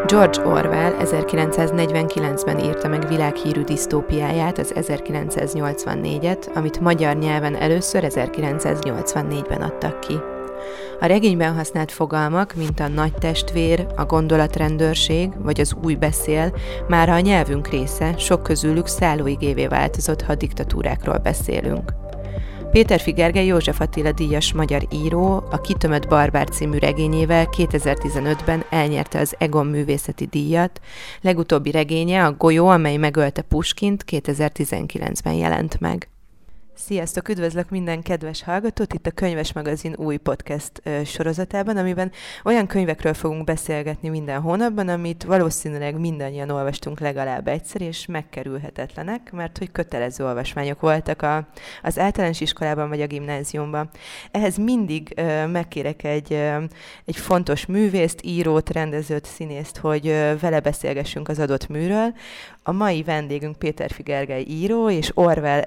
George Orwell 1949-ben írta meg világhírű disztópiáját, az 1984-et, amit magyar nyelven először 1984-ben adtak ki. A regényben használt fogalmak, mint a nagy testvér, a gondolatrendőrség vagy az új beszél, már a nyelvünk része, sok közülük szállóigévé változott, ha diktatúrákról beszélünk. Péterfi Gergely József Attila díjas magyar író a Kitömött barbár című regényével 2015-ben elnyerte az Egon művészeti díjat, legutóbbi regénye a Golyó, amely megölte Puskint 2019-ben jelent meg. Sziasztok, üdvözlök minden kedves hallgatót itt a Könyves Magazin új podcast sorozatában, amiben olyan könyvekről fogunk beszélgetni minden hónapban, amit valószínűleg mindannyian olvastunk legalább egyszer, és megkerülhetetlenek, mert hogy kötelező olvasmányok voltak az általános iskolában vagy a gimnáziumban. Ehhez mindig megkérek egy fontos művészt, írót, rendezőt, színészt, hogy vele beszélgessünk az adott műről. A mai vendégünk Péterfi Gergely író, és Orwell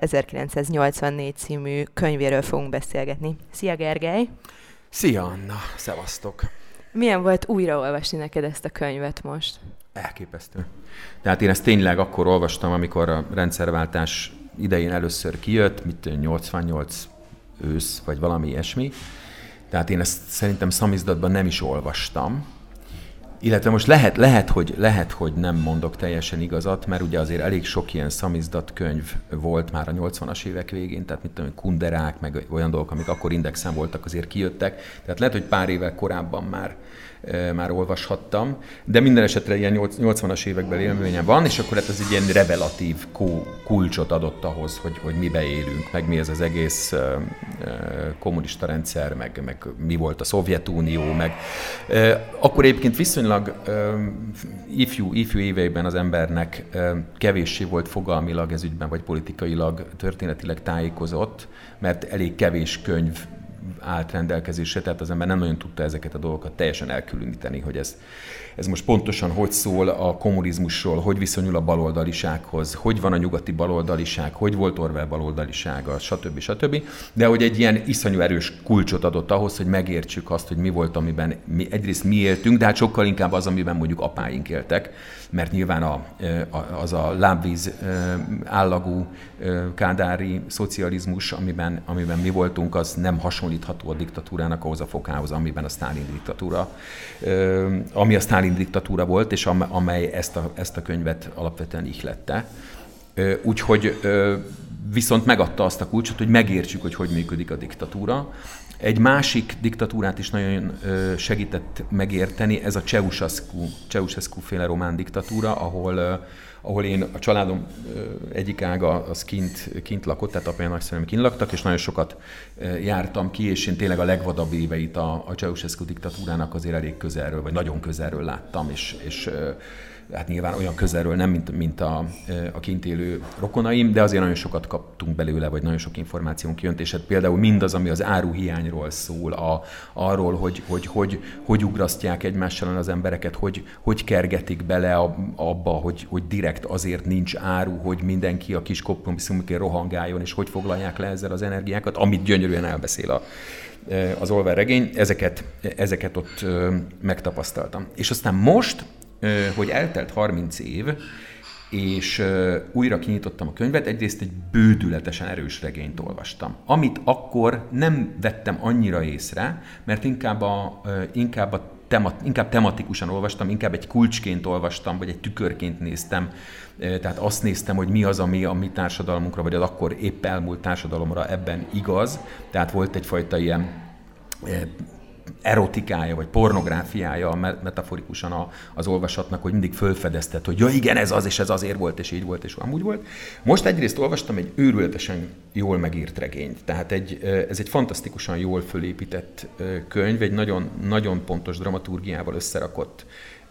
1984 című könyvéről fogunk beszélgetni. Szia, Gergely! Szia, Anna! Szevasztok! Milyen volt újraolvasni neked ezt a könyvet most? Elképesztő. Tehát én ezt tényleg akkor olvastam, amikor a rendszerváltás idején először kijött, 88 ősz, vagy valami ilyesmi. Tehát én ezt szerintem szamizdatban nem is olvastam. Illetve most lehet, hogy nem mondok teljesen igazat, mert ugye azért elég sok ilyen szamizdat könyv volt már a 80-as évek végén, tehát mit tudom, Kunderák, meg olyan dolgok, amik akkor Indexen voltak, azért kijöttek. Tehát lehet, hogy pár évvel korábban már olvashattam, de minden esetre ilyen 80-as években élményem van, és akkor hát ez egy ilyen revelatív kulcsot adott ahhoz, hogy mibe élünk, meg mi ez az egész kommunista rendszer, meg mi volt a Szovjetunió, meg akkor egyébként viszonylag ifjú éveiben az embernek kevéssé volt fogalmilag ez ügyben, vagy politikailag, történetileg tájékozott, mert elég kevés könyv állt rendelkezésre, tehát az ember nem nagyon tudta ezeket a dolgokat teljesen elkülöníteni, hogy ez most pontosan hogy szól a kommunizmusról, hogy viszonyul a baloldalisághoz, hogy van a nyugati baloldaliság, hogy volt Orwell baloldalisága, stb. De hogy egy ilyen iszonyú erős kulcsot adott ahhoz, hogy megértsük azt, hogy mi volt, amiben egyrészt mi éltünk, de hát sokkal inkább az, amiben mondjuk apáink éltek, mert nyilván az a lábvíz állagú kádári szocializmus, amiben mi voltunk, az nem hasonlítható a diktatúrának ahhoz a fokához, amiben a Sztálin diktatúra, ami a Sztálin diktatúra volt, és amely ezt a könyvet alapvetően ihlette. Úgyhogy viszont megadta azt a kulcsot, hogy megértsük, hogy működik a diktatúra. Egy másik diktatúrát is nagyon segített megérteni, ez a Ceausescu-féle román diktatúra, ahol én, a családom egyik ága az kint lakott, tehát apám nagyszülőm kint laktak, és nagyon sokat jártam ki, és én tényleg a legvadabb éveit a Ceausescu diktatúrának azért elég közelről, vagy nagyon közelről láttam, és hát nyilván olyan közelről nem, mint a kint élő rokonaim, de azért nagyon sokat kaptunk belőle, vagy nagyon sok információnk jött, és hát például mindaz, ami az áruhiányról szól, arról, hogy ugrasztják egymással az embereket, hogy kergetik bele abba, hogy direkt azért nincs áru, hogy mindenki a kis kompromisszumokért rohangáljon, és hogy foglalják le ezzel az energiákat, amit gyönyörűen elbeszél az Orwell regény, ezeket ott megtapasztaltam. És aztán most, hogy eltelt 30 év, és újra kinyitottam a könyvet, egyrészt egy bődületesen erős regényt olvastam, amit akkor nem vettem annyira észre, mert inkább tematikusan olvastam, inkább egy kulcsként olvastam, vagy egy tükörként néztem, tehát azt néztem, hogy mi az, ami a mi társadalmunkra, vagy az akkor épp elmúlt társadalomra ebben igaz, tehát volt egyfajta ilyen erotikája, vagy pornográfiája metaforikusan az olvasatnak, hogy mindig fölfedezted, hogy ja igen, ez az, és ez azért volt, és így volt, és amúgy volt. Most egyrészt olvastam egy őrületesen jól megírt regényt, tehát ez egy fantasztikusan jól fölépített könyv, egy nagyon, nagyon pontos dramaturgiával összerakott,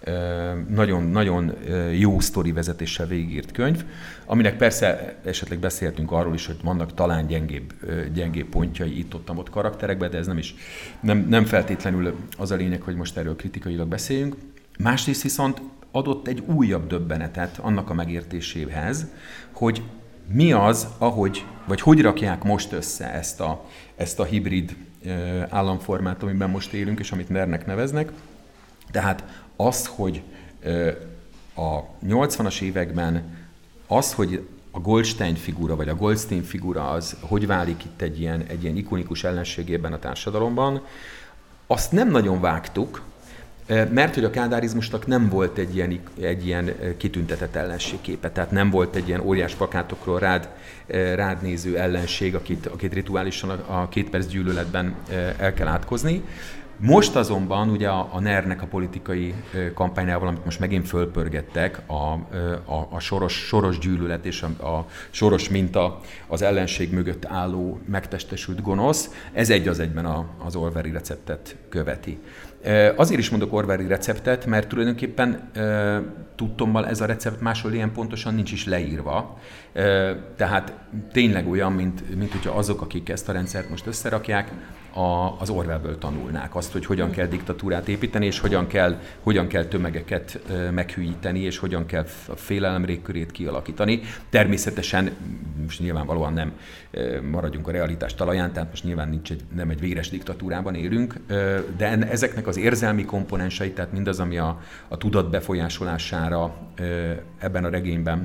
nagyon jó sztorivezetéssel végigírt könyv, aminek persze esetleg beszéltünk arról is, hogy vannak talán gyengébb pontjai itt-ott karakterekben, de ez nem feltétlenül az a lényeg, hogy most erről kritikailag beszéljünk. Másrészt viszont adott egy újabb döbbenetet annak a megértéséhez, hogy mi az, vagy hogy rakják most össze ezt a hibrid államformát, amiben most élünk, és amit NER-nek neveznek. Tehát az, hogy A 80-as években az, hogy a Goldstein figura, vagy a Goldstein figura az, hogy válik itt egy ilyen ikonikus ellenségében a társadalomban, azt nem nagyon vágtuk, mert hogy a kádárizmusnak nem volt egy ilyen kitüntetett ellenségképe, tehát nem volt egy ilyen óriás plakátokról rád néző ellenség, akit rituálisan a 2 perc gyűlöletben el kell átkozni. Most azonban ugye a NER-nek a politikai kampányával, amit most megint fölpörgettek, a soros gyűlölet és a soros minta az ellenség mögött álló megtestesült gonosz, ez egy az egyben az orwelli receptet követi. Azért is mondok orwelli receptet, mert tulajdonképpen tudtommal ez a recept máshol ilyen pontosan nincs is leírva. Tehát tényleg olyan, mint hogyha azok, akik ezt a rendszert most összerakják, az Orwellből tanulnák azt, hogy hogyan kell diktatúrát építeni, és hogyan kell tömegeket meghűíteni, és hogyan kell a félelem légkörét kialakítani. Természetesen, most nyilvánvalóan nem maradjunk a realitás talaján, tehát most nyilván nem egy véres diktatúrában élünk, de ezeknek az érzelmi komponensei, tehát mindaz, ami a tudat befolyásolására ebben a regényben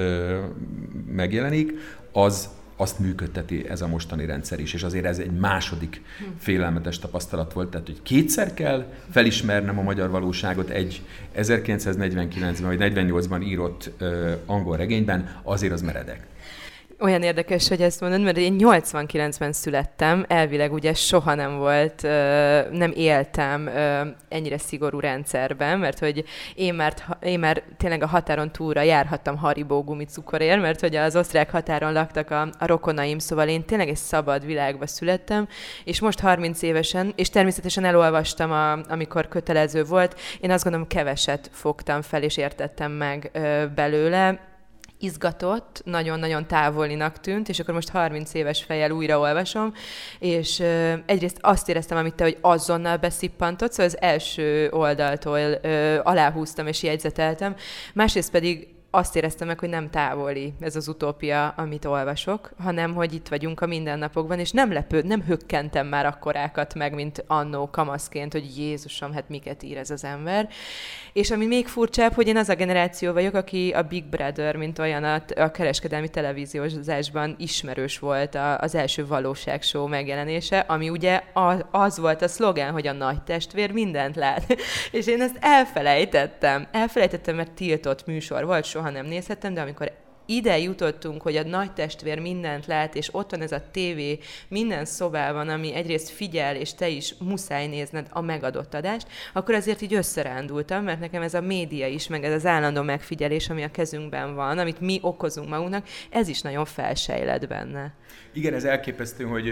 megjelenik, azt működteti ez a mostani rendszer is, és azért ez egy második félelmetes tapasztalat volt, tehát hogy kétszer kell felismernem a magyar valóságot egy 1949-ben vagy 48-ban írott angol regényben, azért az meredek. Olyan érdekes, hogy ezt mondod, mert én 89-ben születtem, elvileg ugye soha nem volt, nem éltem ennyire szigorú rendszerben, mert hogy én már tényleg a határon túlra járhattam Haribo gumicukorért, mert hogy az osztrák határon laktak a rokonaim, szóval én tényleg egy szabad világba születtem, és most 30 évesen, és természetesen elolvastam, amikor kötelező volt, én azt gondolom keveset fogtam fel, és értettem meg belőle, izgatott, nagyon-nagyon távolinak tűnt, és akkor most 30 éves fejjel újra olvasom, és egyrészt azt éreztem, amit te, hogy azonnal beszippantott, szóval az első oldaltól aláhúztam és jegyzeteltem, másrészt pedig azt éreztem meg, hogy nem távoli ez az utópia, amit olvasok, hanem hogy itt vagyunk a mindennapokban, és nem hökkentem már akkorákat meg, mint annó kamaszként, hogy Jézusom, hát miket ír ez az ember. És ami még furcsább, hogy én az a generáció vagyok, aki a Big Brother, mint olyan a kereskedelmi televíziózásban ismerős volt az első valóságshow megjelenése, ami ugye az volt a szlogán, hogy a nagy testvér mindent lát. És én ezt elfelejtettem, mert tiltott műsor volt, soha nem nézhettem, de amikor ide jutottunk, hogy a nagy testvér mindent lát, és ott van ez a tévé minden szobában, ami egyrészt figyel, és te is muszáj nézned a megadott adást, akkor azért így összerándultam, mert nekem ez a média is, meg ez az állandó megfigyelés, ami a kezünkben van, amit mi okozunk magunknak, ez is nagyon felsejlett benne. Igen, ez elképesztő, hogy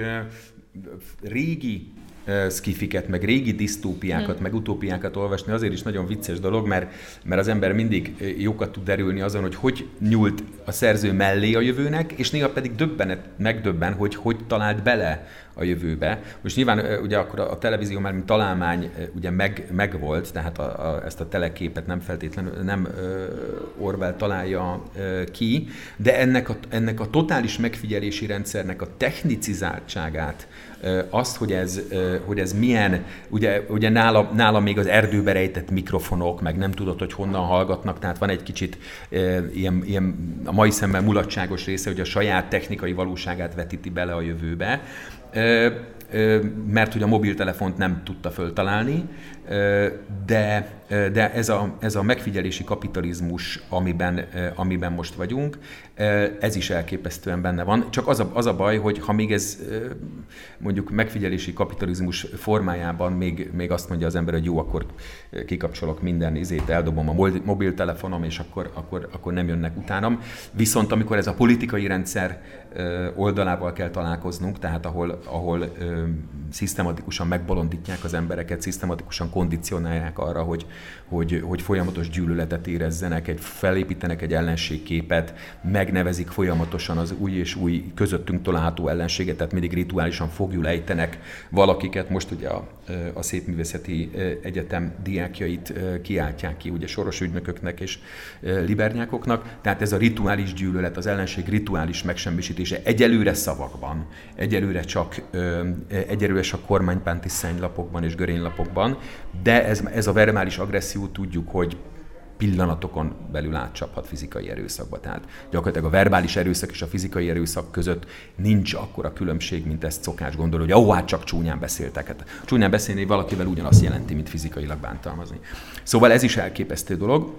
régi szkifiket, meg régi disztópiákat, meg utópiákat olvasni azért is nagyon vicces dolog, mert az ember mindig jókat tud derülni azon, hogy nyúlt a szerző mellé a jövőnek, és néha pedig megdöbben, hogy talált bele a jövőbe. Most nyilván ugye akkor a televízió már mint találmány ugye megvolt, tehát ezt a teleképet nem feltétlenül nem Orwell találja ki, de ennek a totális megfigyelési rendszernek a technicizáltságát, azt, hogy ez milyen, ugye nála még az erdőbe rejtett mikrofonok, meg nem tudod, hogy honnan hallgatnak, tehát van egy kicsit ilyen a mai szemmel mulatságos része, hogy a saját technikai valóságát vetíti bele a jövőbe, mert hogy a mobiltelefont nem tudta föltalálni, de ez a megfigyelési kapitalizmus, amiben most vagyunk, ez is elképesztően benne van. Csak az a baj, hogy ha még ez mondjuk megfigyelési kapitalizmus formájában még azt mondja az ember, hogy jó, akkor kikapcsolok minden eldobom a mobiltelefonom, és akkor nem jönnek utánam. Viszont amikor ez a politikai rendszer oldalával kell találkoznunk, tehát ahol szisztematikusan megbolondítják az embereket, szisztematikusan kondicionálják arra, hogy folyamatos gyűlöletet érezzenek, felépítenek egy ellenségképet, megnevezik folyamatosan az új és új közöttünk található ellenséget, tehát mindig rituálisan foglyul ejtenek valakiket. Most ugye a Szépművészeti Egyetem diákjait kiáltják ki, ugye soros ügynököknek és libernyákoknak, tehát ez a rituális gyűlölet, az ellenség rituális megsemmisítése egyelőre szavakban, egyelőre csak kormánypárti szennylapokban és görénylapokban, de ez a verbális agresszió tudjuk, hogy pillanatokon belül átcsaphat fizikai erőszakba. Tehát gyakorlatilag a verbális erőszak és a fizikai erőszak között nincs akkora különbség, mint ezt szokás gondolni, hogy hát csak csúnyán beszéltek. Hát csúnyán beszélni valakivel ugyanazt jelenti, mint fizikailag bántalmazni. Szóval ez is elképesztő dolog.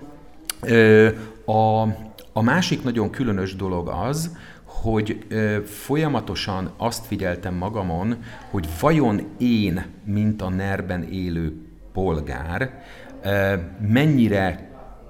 A másik nagyon különös dolog az, hogy folyamatosan azt figyeltem magamon, hogy vajon én, mint a NER-ben élő polgár, mennyire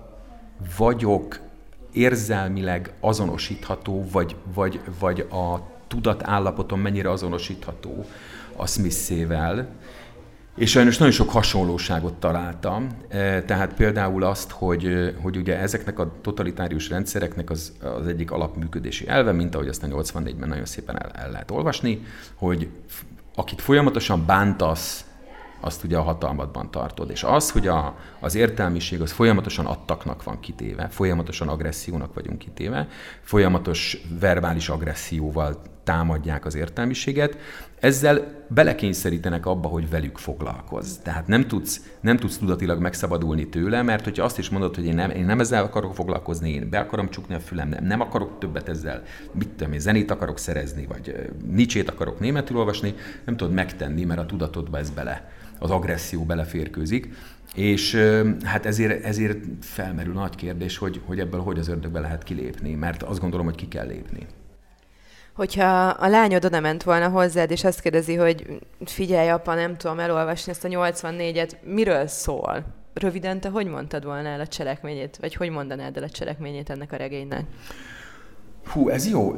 vagyok érzelmileg azonosítható, vagy a tudatállapotom mennyire azonosítható a Smith-szével. És sajnos nagyon sok hasonlóságot találtam, tehát például azt, hogy ugye ezeknek a totalitárius rendszereknek az egyik alapműködési elve, mint ahogy aztán 84-ben nagyon szépen el lehet olvasni, hogy akit folyamatosan bántasz, azt ugye a hatalmadban tartod. És az, hogy az értelmiség az folyamatosan attaknak van kitéve, folyamatosan agressziónak vagyunk kitéve, folyamatos verbális agresszióval támadják az értelmiséget, ezzel belekényszerítenek abba, hogy velük foglalkozz. Tehát nem tudsz tudatilag megszabadulni tőle, mert hogyha azt is mondod, hogy én nem ezzel akarok foglalkozni, én be akarom csukni a fülem, nem akarok többet ezzel, én zenét akarok szerezni, vagy Nietzsét akarok németül olvasni, nem tudod megtenni, mert a tudatodba ez az agresszió beleférkőzik. És hát ezért felmerül nagy kérdés, hogy ebből hogy az ördögbe lehet kilépni, mert azt gondolom, hogy ki kell lépni. Hogyha a lányod oda ment volna hozzád, és azt kérdezi, hogy figyelj, apa, nem tudom elolvasni ezt a 84-et, miről szól? Röviden, te hogy mondtad volna el a cselekményét, vagy hogy mondanád el a cselekményét ennek a regénynek? Hú, ez jó.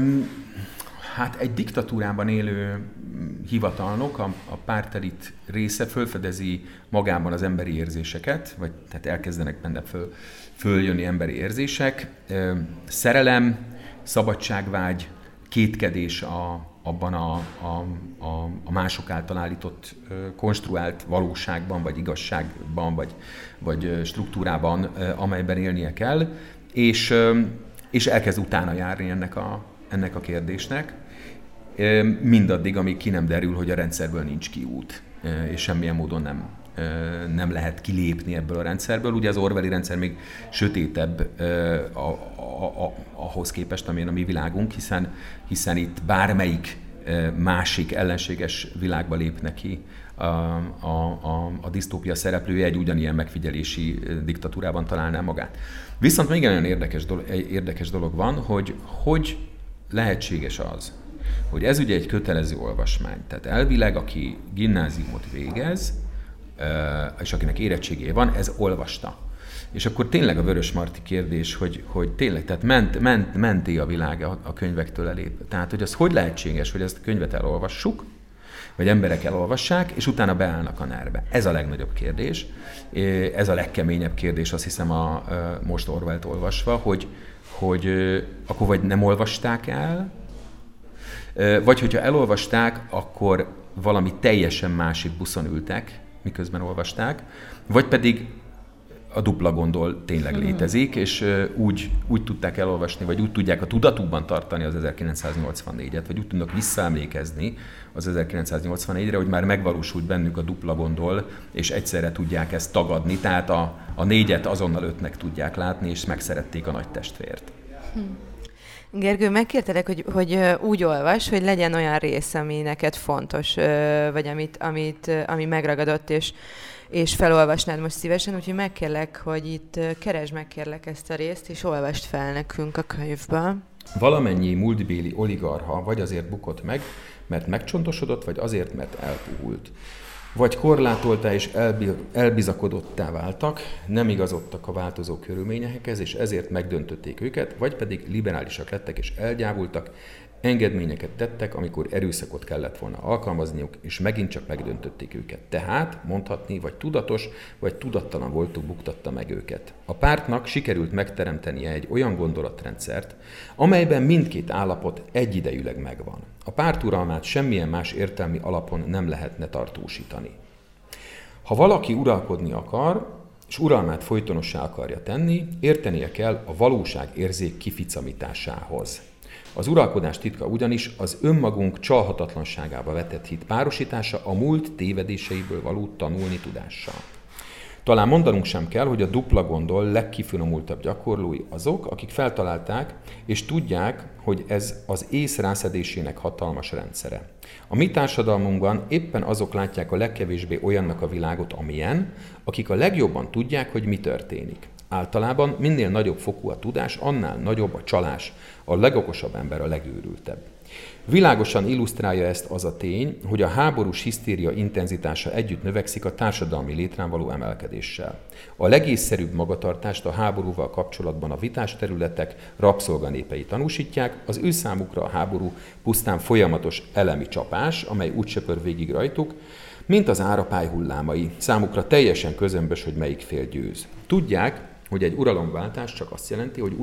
Hát egy diktatúrában élő hivatalnok, a pártelit része fölfedezi magában az emberi érzéseket, vagy tehát elkezdenek benne följönni emberi érzések, szerelem, szabadságvágy, kétkedés abban a mások által állított, konstruált valóságban, vagy igazságban, vagy struktúrában, amelyben élnie kell, és elkezd utána járni ennek a kérdésnek, mindaddig, amíg ki nem derül, hogy a rendszerből nincs kiút, és semmilyen módon nem lehet kilépni ebből a rendszerből. Ugye az orwelli rendszer még sötétebb ahhoz képest, amilyen a mi világunk, hiszen itt bármelyik másik ellenséges világba lépne ki a disztópia szereplője, egy ugyanilyen megfigyelési diktatúrában találná magát. Viszont még egy érdekes dolog van, hogy lehetséges az, hogy ez ugye egy kötelező olvasmány. Tehát elvileg, aki gimnáziumot végez, és akinek érettségéje van, ez olvasta. És akkor tényleg a Vörösmarty kérdés, hogy tényleg, tehát menti a világ a könyvektől elép. Tehát, hogy az hogy lehetséges, hogy ezt a könyvet elolvassuk, vagy emberek elolvassák, és utána beállnak a NER-be. Ez a legnagyobb kérdés. Ez a legkeményebb kérdés, azt hiszem, most Orwellt olvasva, hogy akkor vagy nem olvasták el, vagy hogyha elolvasták, akkor valami teljesen másik buszon ültek, miközben olvasták, vagy pedig a dupla gondol tényleg létezik, és úgy tudták elolvasni, vagy úgy tudják a tudatukban tartani az 1984-et, vagy úgy tudnak visszaemlékezni az 1984-re, hogy már megvalósult bennük a dupla gondol, és egyszerre tudják ezt tagadni, tehát a 4-et azonnal 5-nek tudják látni, és megszerették a nagy testvért. Gergő, megkértelek, hogy úgy olvas, hogy legyen olyan rész, ami neked fontos, vagy ami megragadott, és felolvasnád most szívesen, úgyhogy megkérlek, hogy itt keresd meg kérlek ezt a részt, és olvasd fel nekünk a könyvből. Valamennyi múltbéli oligarcha vagy azért bukott meg, mert megcsontosodott, vagy azért, mert elpuhult. Vagy korlátoltá és elbizakodottá váltak, nem igazodtak a változó körülményekhez, és ezért megdöntötték őket, vagy pedig liberálisak lettek és elgyávultak, engedményeket tettek, amikor erőszakot kellett volna alkalmazniuk, és megint csak megdöntötték őket. Tehát mondhatni, vagy tudatos, vagy tudattalan voltuk buktatta meg őket. A pártnak sikerült megteremtenie egy olyan gondolatrendszert, amelyben mindkét állapot egyidejűleg megvan. A párt uralmát semmilyen más értelmi alapon nem lehetne tartósítani. Ha valaki uralkodni akar, és uralmát folytonossá akarja tenni, értenie kell a valóság érzék kificamításához. Az uralkodás titka ugyanis az önmagunk csalhatatlanságába vetett hit párosítása a múlt tévedéseiből való tanulni tudással. Talán mondanunk sem kell, hogy a dupla gondol legkifinomultabb gyakorlói azok, akik feltalálták és tudják, hogy ez az ész rászedésének hatalmas rendszere. A mi társadalmunkban éppen azok látják a legkevésbé olyannak a világot, amilyen, akik a legjobban tudják, hogy mi történik. Általában minél nagyobb fokú a tudás, annál nagyobb a csalás, a legokosabb ember a legőrültebb. Világosan illusztrálja ezt az a tény, hogy a háborús hisztéria intenzitása együtt növekszik a társadalmi létrán való emelkedéssel. A legészszerűbb magatartást a háborúval kapcsolatban a vitás területek rabszolganépei tanúsítják, az ő számukra a háború pusztán folyamatos elemi csapás, amely úgy söpör végig rajtuk, mint az árapály hullámai. Számukra teljesen közömbös, hogy melyik fél győz. Tudják, hogy egy uralomváltás csak azt jelenti, hogy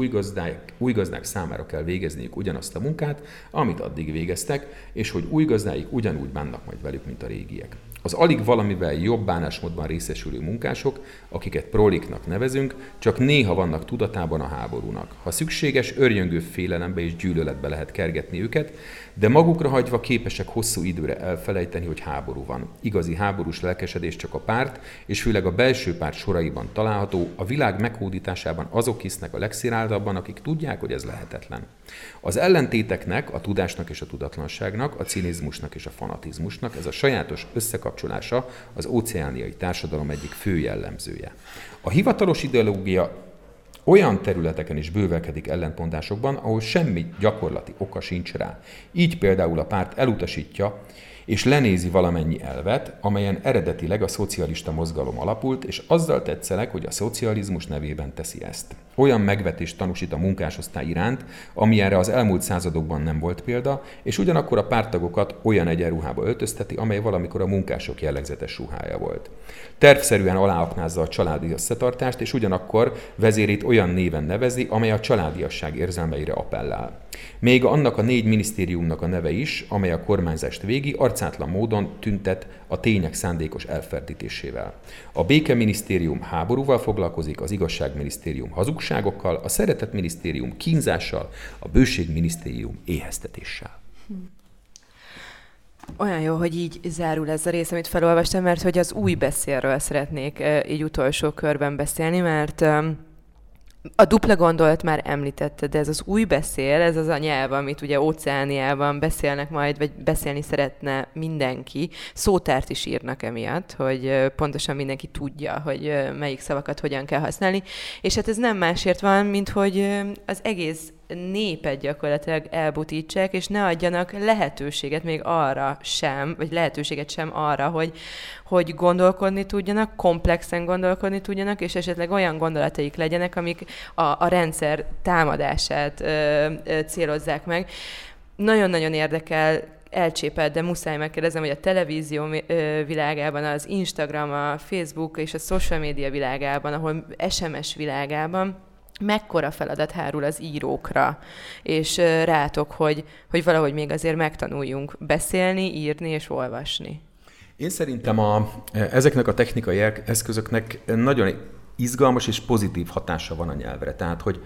új gazdák számára kell végezniük ugyanazt a munkát, amit addig végeztek, és hogy új gazdáik ugyanúgy bánnak majd velük, mint a régiek. Az alig valamivel jobb bánásmódban részesülő munkások, akiket proliknak nevezünk, csak néha vannak tudatában a háborúnak. Ha szükséges, örjöngő félelembe és gyűlöletbe lehet kergetni őket, de magukra hagyva képesek hosszú időre elfelejteni, hogy háború van. Igazi háborús lelkesedés csak a párt, és főleg a belső párt soraiban található, a világ meghódításában azok hisznek a legsziráldabban, akik tudják, hogy ez lehetetlen. Az ellentéteknek, a tudásnak és a tudatlanságnak, a cinizmusnak és a fanatizmusnak ez a sajátos összekapcsolása az óceániai társadalom egyik fő jellemzője. A hivatalos ideológia olyan területeken is bővelkedik ellentmondásokban, ahol semmi gyakorlati oka sincs rá. Így például a párt elutasítja és lenézi valamennyi elvet, amelyen eredetileg a szocialista mozgalom alapult, és azzal tetszeleg, hogy a szocializmus nevében teszi ezt. Olyan megvetést tanúsít a munkásosztály iránt, amilyenre az elmúlt századokban nem volt példa, és ugyanakkor a párttagokat olyan egyenruhába öltözteti, amely valamikor a munkások jellegzetes ruhája volt. Tervszerűen aláaknázza a családi összetartást, és ugyanakkor vezérét olyan néven nevezi, amely a családiasság érzelmeire appellál. Még annak a 4 minisztériumnak a neve is, amely a kormányzást végi, arcátlan módon tüntet a tények szándékos elferdítésével. A békeminisztérium háborúval foglalkozik, az igazságminisztérium hazugságokkal, a szeretetminisztérium kínzással, a bőségminisztérium éheztetéssel. Olyan jó, hogy így zárul ez a rész, amit felolvastam, mert hogy az új beszélről szeretnék így utolsó körben beszélni, mert a dupla gondolat már említetted, de ez az új beszél, ez az a nyelv, amit ugye Óceániában beszélnek majd, vagy beszélni szeretne mindenki. Szótárt is írnak emiatt, hogy pontosan mindenki tudja, hogy melyik szavakat hogyan kell használni. És hát ez nem másért van, mint hogy az egész népet gyakorlatilag elbutítsák, és ne adjanak lehetőséget még arra sem, vagy lehetőséget sem arra, hogy gondolkodni tudjanak, komplexen gondolkodni tudjanak, és esetleg olyan gondolataik legyenek, amik a rendszer támadását célozzák meg. Nagyon-nagyon érdekel, elcsépelt, de muszáj megkérdezem, hogy a televízió világában, az Instagram, a Facebook és a social media világában, ahol SMS világában, mekkora feladat hárul az írókra, és rátok, hogy valahogy még azért megtanuljunk beszélni, írni és olvasni. Én szerintem ezeknek a technikai eszközöknek nagyon izgalmas és pozitív hatása van a nyelvre. Tehát, hogy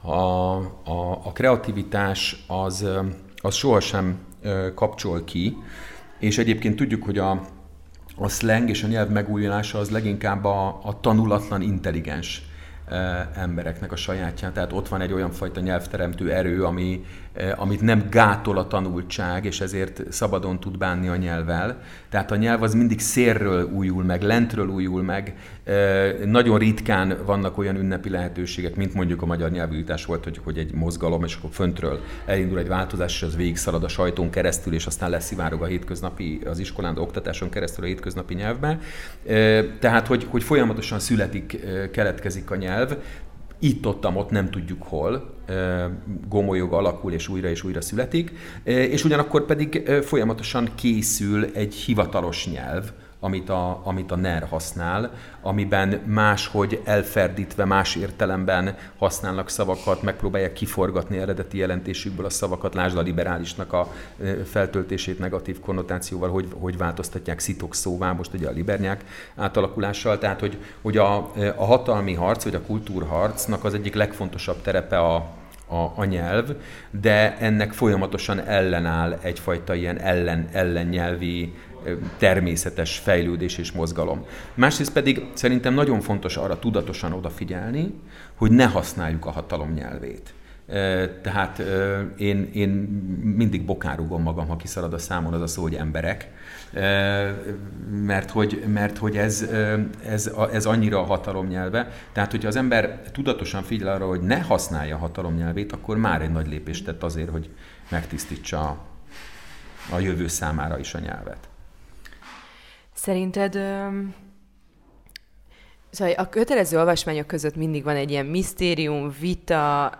a kreativitás az sohasem kapcsol ki, és egyébként tudjuk, hogy a slang és a nyelv megújulása az leginkább a tanulatlan, intelligens embereknek a sajátján. Tehát ott van egy olyan fajta nyelvteremtő erő, amit nem gátol a tanultság, és ezért szabadon tud bánni a nyelvvel. Tehát a nyelv az mindig szélről újul meg, lentről újul meg. Nagyon ritkán vannak olyan ünnepi lehetőségek, mint mondjuk a magyar nyelvújítás volt, hogy egy mozgalom, és akkor föntről elindul egy változás, és az végigszalad a sajtón keresztül, és aztán leszivárog az iskolán, oktatáson keresztül a hétköznapi nyelvbe. Tehát, hogy folyamatosan keletkezik a nyelv, itt-ott nem tudjuk hol, gomolyog, alakul és újra születik, és ugyanakkor pedig folyamatosan készül egy hivatalos nyelv, amit a NER használ, amiben máshogy elferdítve, más értelemben használnak szavakat, megpróbálják kiforgatni eredeti jelentésükből a szavakat, lásd a liberálisnak a feltöltését negatív konnotációval, hogy változtatják szitokszóvá, most ugye a libernyák átalakulással, tehát hogy a hatalmi harc, vagy a kultúrharcnak az egyik legfontosabb terepe a nyelv, de ennek folyamatosan ellenáll egyfajta ilyen ellennyelvi természetes fejlődés és mozgalom. Másrészt pedig szerintem nagyon fontos arra tudatosan odafigyelni, hogy ne használjuk a hatalom nyelvét. Tehát én mindig bokárugom magam, ha kiszalad a számon az a szó, hogy emberek, mert hogy ez annyira a hatalom nyelve. Tehát, hogyha az ember tudatosan figyel arra, hogy ne használja a hatalom nyelvét, akkor már egy nagy lépést tett azért, hogy megtisztítsa a jövő számára is a nyelvet. Szerinted... Szóval a kötelező olvasmányok között mindig van egy ilyen misztérium, vita,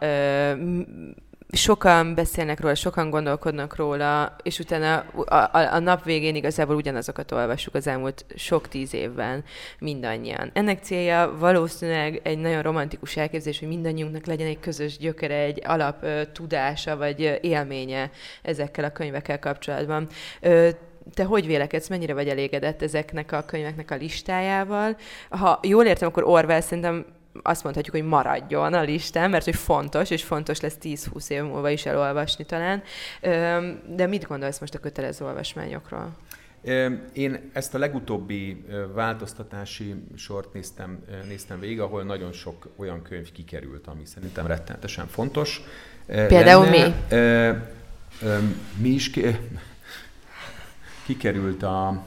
sokan beszélnek róla, sokan gondolkodnak róla, és utána a nap végén igazából ugyanazokat olvassuk az elmúlt sok 10 évben mindannyian. Ennek célja valószínűleg egy nagyon romantikus elképzelés, hogy mindannyiunknak legyen egy közös gyökere, egy alap tudása vagy élménye ezekkel a könyvekkel kapcsolatban. Te hogy vélekedsz, mennyire vagy elégedett ezeknek a könyveknek a listájával? Ha jól értem, akkor Orwell szerintem azt mondhatjuk, hogy maradjon a listán, mert hogy fontos, és fontos lesz 10-20 év múlva is elolvasni talán. De mit gondolsz most a kötelező olvasmányokról? Én ezt a legutóbbi változtatási sort néztem végig, ahol nagyon sok olyan könyv kikerült, ami szerintem rettenetesen fontos. Például mi? Mi is kikerült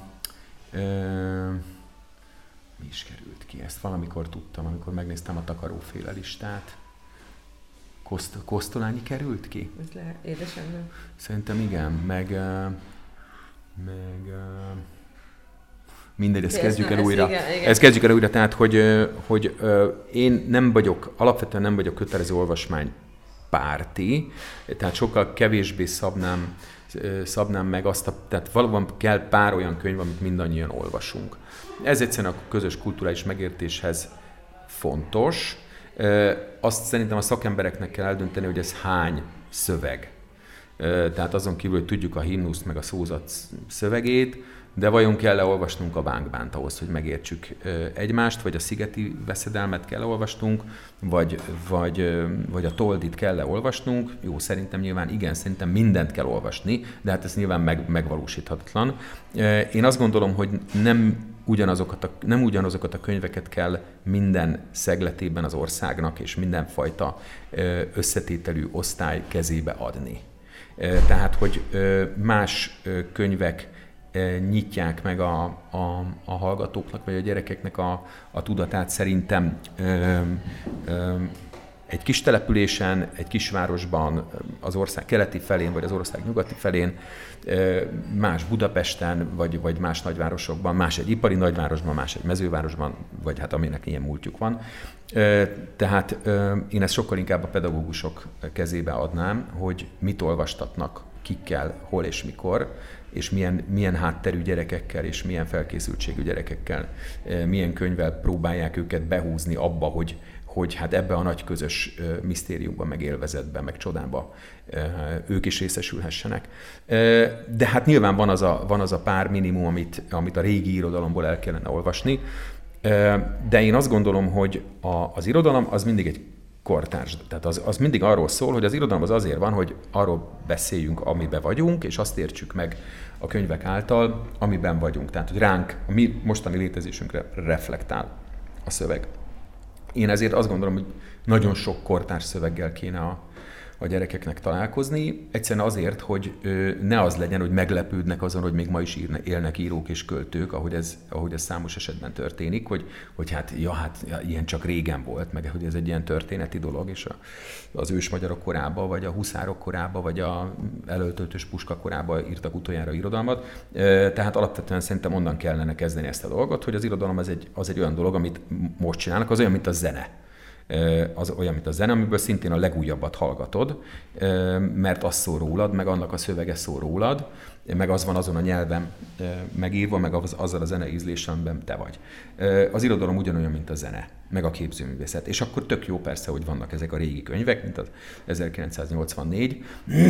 mi is került ki? Ezt valamikor tudtam, amikor megnéztem a takaróféle listát. Kosztolányi került ki? Ez lehet, édesemmel. Szerintem igen, meg mindegy, ezt kezdjük el újra. Igen. Ezt kezdjük el újra, tehát, hogy én alapvetően nem vagyok kötelező olvasmány párti, tehát sokkal kevésbé szabnám meg azt, tehát valóban kell pár olyan könyv, amit mindannyian olvasunk. Ez egyszerűen a közös kulturális megértéshez fontos. Azt szerintem a szakembereknek kell eldönteni, hogy ez hány szöveg. Tehát azon kívül, hogy tudjuk a himnuszt meg a szózat szövegét, de vajon kell-e olvasnunk a Bánk-Bánt ahhoz, hogy megértsük egymást, vagy a Szigeti veszedelmet kell olvasnunk, vagy a Toldit kell olvasnunk. Jó, szerintem nyilván igen, szerintem mindent kell olvasni, de hát ez nyilván megvalósíthatatlan. Én azt gondolom, hogy nem ugyanazokat a könyveket kell minden szegletében az országnak és mindenfajta összetételű osztály kezébe adni. Tehát, hogy más könyvek nyitják meg a hallgatóknak, vagy a gyerekeknek a tudatát szerintem egy kis településen, egy kisvárosban, az ország keleti felén, vagy az ország nyugati felén, más Budapesten, vagy más nagyvárosokban, más egy ipari nagyvárosban, más egy mezővárosban, vagy hát aminek ilyen múltjuk van. Tehát én ezt sokkal inkább a pedagógusok kezébe adnám, hogy mit olvastatnak, kikkel, hol és mikor, és milyen hátterű gyerekekkel, és milyen felkészültségű gyerekekkel, milyen könyvvel próbálják őket behúzni abba, hogy hát ebbe a nagy közös misztériumban, meg élvezetben, meg csodába ők is részesülhessenek. De hát nyilván van az a pár minimum, amit a régi irodalomból el kellene olvasni, de én azt gondolom, hogy az irodalom az mindig egy kortárs. Tehát az mindig arról szól, hogy az irodalom az azért van, hogy arról beszéljünk, amiben vagyunk, és azt értsük meg a könyvek által, amiben vagyunk. Tehát, hogy ránk, a mi mostani létezésünkre reflektál a szöveg. Én ezért azt gondolom, hogy nagyon sok kortárs szöveggel kéne a gyerekeknek találkozni. Egyszerűen azért, hogy ne az legyen, hogy meglepődnek azon, hogy még ma is élnek írók és költők, ahogy ez számos esetben történik, hogy hát ilyen csak régen volt, meg hogy ez egy ilyen történeti dolog, és az ősmagyarok korában, vagy a huszárok korában, vagy a elöltöltös puska korában írtak utoljára irodalmat. Tehát alapvetően szerintem onnan kellene kezdeni ezt a dolgot, hogy az irodalom az egy olyan dolog, amit most csinálnak, az olyan, mint a zene. Az olyan, mint a zene, amiből szintén a legújabbat hallgatod, mert az szól rólad, meg annak a szövege szól rólad, meg az van azon a nyelven megírva, meg azzal a zenei ízléssel, amiben te vagy. Az irodalom ugyanolyan, mint a zene, meg a képzőművészet. És akkor tök jó persze, hogy vannak ezek a régi könyvek, mint az 1984,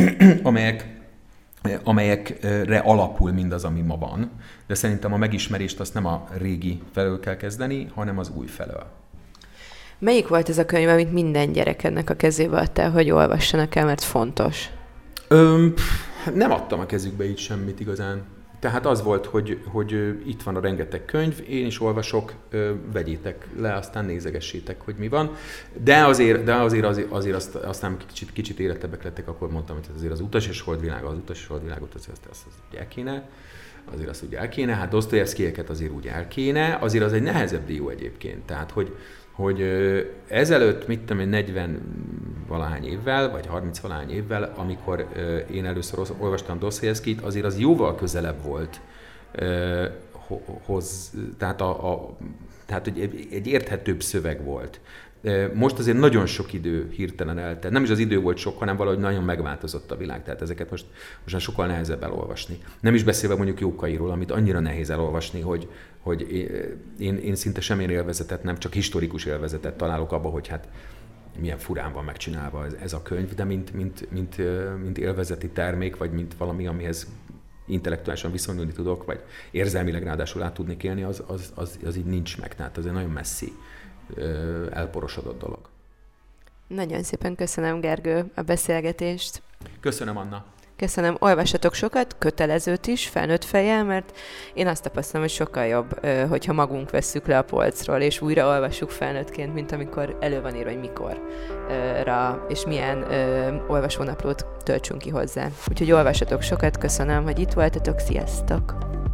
amelyekre alapul mindaz, ami ma van. De szerintem a megismerést azt nem a régi felől kell kezdeni, hanem az új felől. Melyik volt ez a könyv, amit minden gyerekednek a kezébe adtál, hogy olvassanak el, mert fontos? Nem adtam a kezükbe így semmit igazán. Tehát az volt, hogy itt van a rengeteg könyv, én is olvasok, vegyétek le, aztán nézegessétek, hogy mi van. De azért aztán kicsit érettebbek lettek, akkor mondtam, hogy azért az Utas és Holdvilágot azt úgy el kéne. Azért azt úgy el kéne, hát Dosztojevszkijeket azért úgy el kéne, azért az egy nehezebb dió egyébként. Tehát, hogy ezelőtt, 40-valahány évvel, vagy 30-valahány évvel, amikor én először olvastam Dosztojevszkijt, azért az jóval közelebb volt tehát egy érthetőbb szöveg volt. Most azért nagyon sok idő hirtelen eltelt. Nem is az idő volt sok, hanem valahogy nagyon megváltozott a világ. Tehát ezeket most sokkal nehezebb elolvasni. Nem is beszélve mondjuk Jókairól, amit annyira nehéz elolvasni, hogy én szinte semmilyen élvezetet, nem csak historikus élvezetet találok abba, hogy hát milyen furán van megcsinálva ez a könyv, de mint élvezeti termék, vagy mint valami, amihez intellektuálisan viszonyulni tudok, vagy érzelmileg ráadásul át tudnék élni, az így nincs meg. Tehát az egy nagyon messzi, elporosodott dolog. Nagyon szépen köszönöm, Gergő, a beszélgetést. Köszönöm, Anna. Köszönöm, olvassatok sokat, kötelezőt is, felnőtt fejjel, mert én azt tapasztalom, hogy sokkal jobb, hogyha magunk vesszük le a polcról, és újra olvassuk felnőttként, mint amikor elő van írva, hogy mikorra, és milyen olvasónaplót töltsünk ki hozzá. Úgyhogy olvassatok sokat, köszönöm, hogy itt voltatok, sziasztok!